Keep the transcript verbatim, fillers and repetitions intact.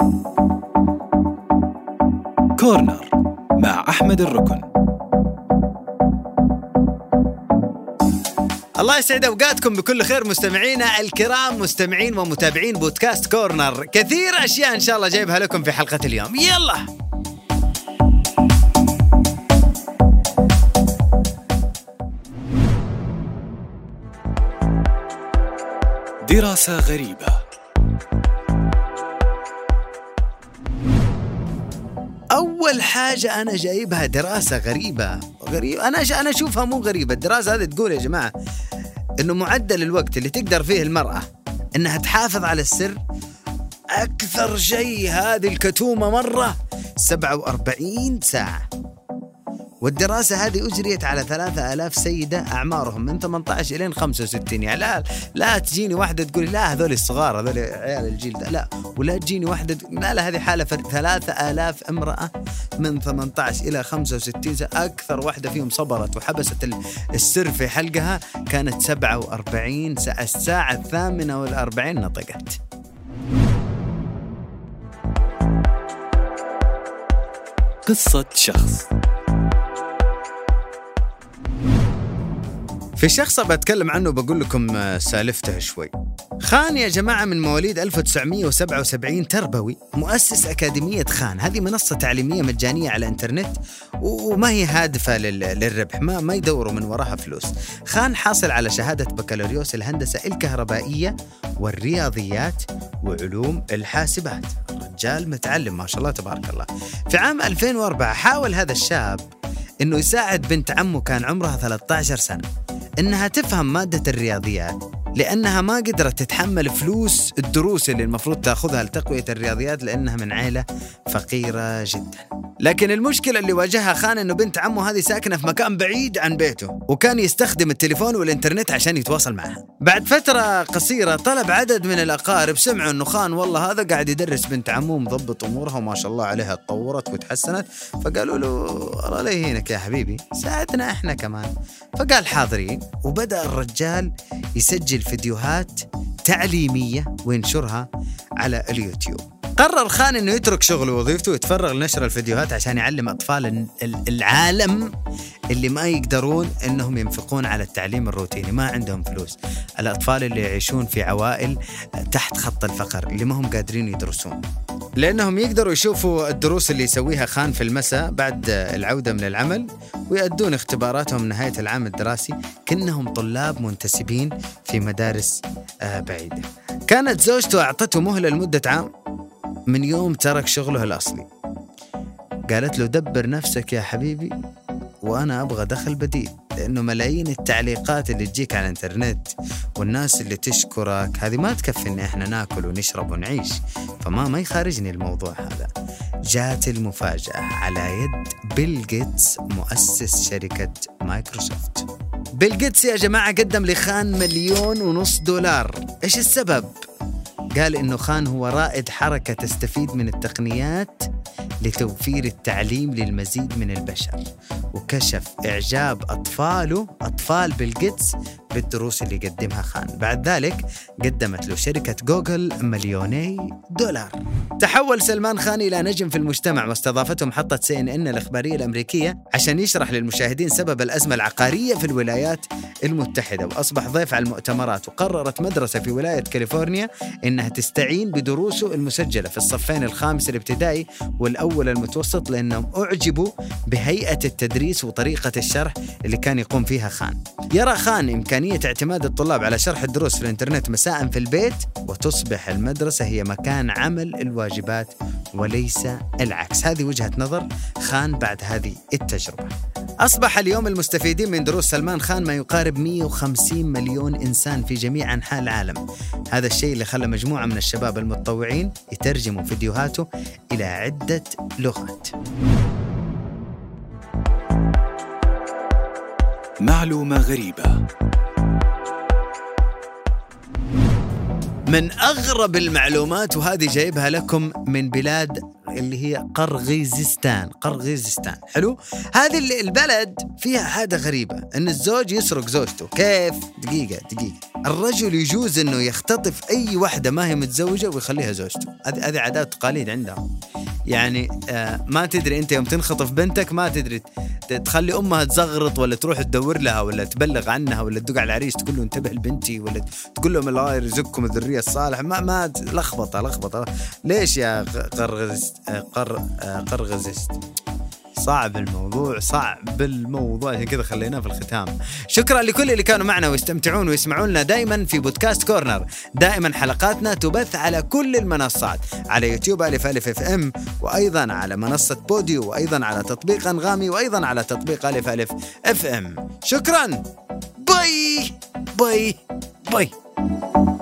كورنر مع أحمد الركن. الله يسعد أوقاتكم بكل خير مستمعينا الكرام، مستمعين ومتابعين بودكاست كورنر. كثير أشياء إن شاء الله جايبها لكم في حلقة اليوم. يلا دراسة غريبة. أول حاجة أنا جايبها دراسة غريبة غريبة أنا أنا أشوفها مو غريبة. الدراسة هذه تقول يا جماعة إنه معدل الوقت اللي تقدر فيه المرأة إنها تحافظ على السر أكثر شيء هذه الكتومة مرة سبعة وأربعين ساعة. والدراسة هذه أجريت على ثلاثة آلاف سيدة أعمارهم من ثمانية عشر إلى خمسة وستين. يعني لا, لا تجيني واحدة تقول لا هذول الصغار هذول عيال الجيل ده، لا. ولا تجيني واحدة لا لا هذه حالة فرد. ثلاثة آلاف امرأة من ثمانية عشر إلى خمسة وستين سنة. أكثر واحدة فيهم صبرت وحبست السر في حلقها كانت سبعة وأربعين ساعة. الساعة الثامنة والأربعين نطقت. قصة شخص. في شخص بتكلم عنه بقول لكم سالفته شوي. خان يا جماعة من مواليد ألف وتسعمية وسبعة وسبعين، تربوي، مؤسس أكاديمية خان. هذه منصة تعليمية مجانية على الانترنت وما هي هادفة للربح، ما ما يدوروا من وراها فلوس. خان حاصل على شهادة بكالوريوس الهندسة الكهربائية والرياضيات وعلوم الحاسبات. رجال متعلم ما شاء الله تبارك الله. في عام ألفين وأربعة حاول هذا الشاب إنه يساعد بنت عمه كان عمرها ثلاثة عشر سنة إنها تفهم مادة الرياضيات، لأنها ما قدرت تتحمل فلوس الدروس اللي المفروض تأخذها لتقوية الرياضيات لأنها من عائلة فقيرة جدا. لكن المشكلة اللي واجهها خان إنه بنت عمه هذه ساكنة في مكان بعيد عن بيته، وكان يستخدم التليفون والإنترنت عشان يتواصل معها. بعد فترة قصيرة طلب عدد من الأقارب، سمعوا إنه خان والله هذا قاعد يدرس بنت عمه مضبط أمورها وما شاء الله عليها تطورت وتحسنت، فقالوا له الله لا يهينك يا حبيبي ساعدنا إحنا كمان. فقال حاضرين، وبدأ الرجال يسجل فيديوهات تعليمية وينشرها على اليوتيوب. قرر خان إنه يترك شغله ووظيفته ويتفرغ لنشر الفيديوهات عشان يعلم أطفال العالم اللي ما يقدرون إنهم ينفقون على التعليم الروتيني، ما عندهم فلوس. الأطفال اللي يعيشون في عوائل تحت خط الفقر اللي ما هم قادرين يدرسون، لأنهم يقدروا يشوفوا الدروس اللي يسويها خان في المساء بعد العودة من العمل، ويؤدون اختباراتهم نهاية العام الدراسي كأنهم طلاب منتسبين في مدارس بعيدة. كانت زوجته أعطته مهلة لمدة عام من يوم ترك شغله الأصلي. قالت له دبر نفسك يا حبيبي وأنا أبغى دخل بديل، لأنه ملايين التعليقات اللي تجيك على الانترنت والناس اللي تشكرك هذه ما تكفي إن إحنا ناكل ونشرب ونعيش، فما ما يخارجني الموضوع هذا. جات المفاجأة على يد بيل جيتس مؤسس شركة مايكروسوفت. بيل جيتس يا جماعة قدم لخان مليون ونص دولار. إيش السبب؟ قال إنه خان هو رائد حركة تستفيد من التقنيات لتوفير التعليم للمزيد من البشر، وكشف إعجاب أطفاله أطفال بيل جيتس بالدروس اللي يقدمها خان. بعد ذلك قدمت له شركة جوجل مليوني دولار. تحول سلمان خان إلى نجم في المجتمع، واستضافته محطة سي إن إن الإخبارية الأمريكية عشان يشرح للمشاهدين سبب الأزمة العقارية في الولايات المتحدة، وأصبح ضيف على المؤتمرات. وقررت مدرسة في ولاية كاليفورنيا إنها تستعين بدروسه المسجلة في الصفين الخامس الابتدائي والأول المتوسط، لأنهم أعجبوا بهيئة التدريس وطريقة الشرح اللي كان يقوم فيها خان. يرى خان إمكانية اعتماد الطلاب على شرح الدروس في الإنترنت مساء في البيت، وتصبح المدرسة هي مكان عمل الواجبات وليس العكس. هذه وجهة نظر خان بعد هذه التجربة. أصبح اليوم المستفيدين من دروس سلمان خان ما يقارب مئة وخمسين مليون إنسان في جميع أنحاء العالم. هذا الشيء اللي خلى مجموعة من الشباب المتطوعين يترجموا فيديوهاته إلى عدة لغات. معلومة غريبة. من أغرب المعلومات، وهذه جايبها لكم من بلاد اللي هي قرغيزستان. قرغيزستان حلو. هذه البلد فيها عادة غريبة أن الزوج يسرق زوجته. كيف؟ دقيقة دقيقة الرجل يجوز أنه يختطف أي واحدة ما هي متزوجة ويخليها زوجته. هذه هذه عادات وتقاليد عندهم. يعني آه ما تدري أنت يوم تنخطف بنتك ما تدري تخلي أمها تزغرط ولا تروح تدور لها ولا تبلغ عنها ولا تدق على العريس تقول له انتبه لبنتي ولا تقول لهم الله يرزقكم الذرية الصالحة. ما ما لخبطة لخبطة. ليش يا قرغزست قر قرغزست؟ صعب الموضوع صعب الموضوع عشان كذا خليناه في الختام. شكرا لكل اللي كانوا معنا ويستمتعون ويسمعون لنا دائما في بودكاست كورنر. دائما حلقاتنا تبث على كل المنصات، على يوتيوب ألف ألف اف ام، وأيضا على منصة بوديو، وأيضا على تطبيق أنغامي، وأيضا على تطبيق ألف ألف اف ام. شكرا. باي باي باي.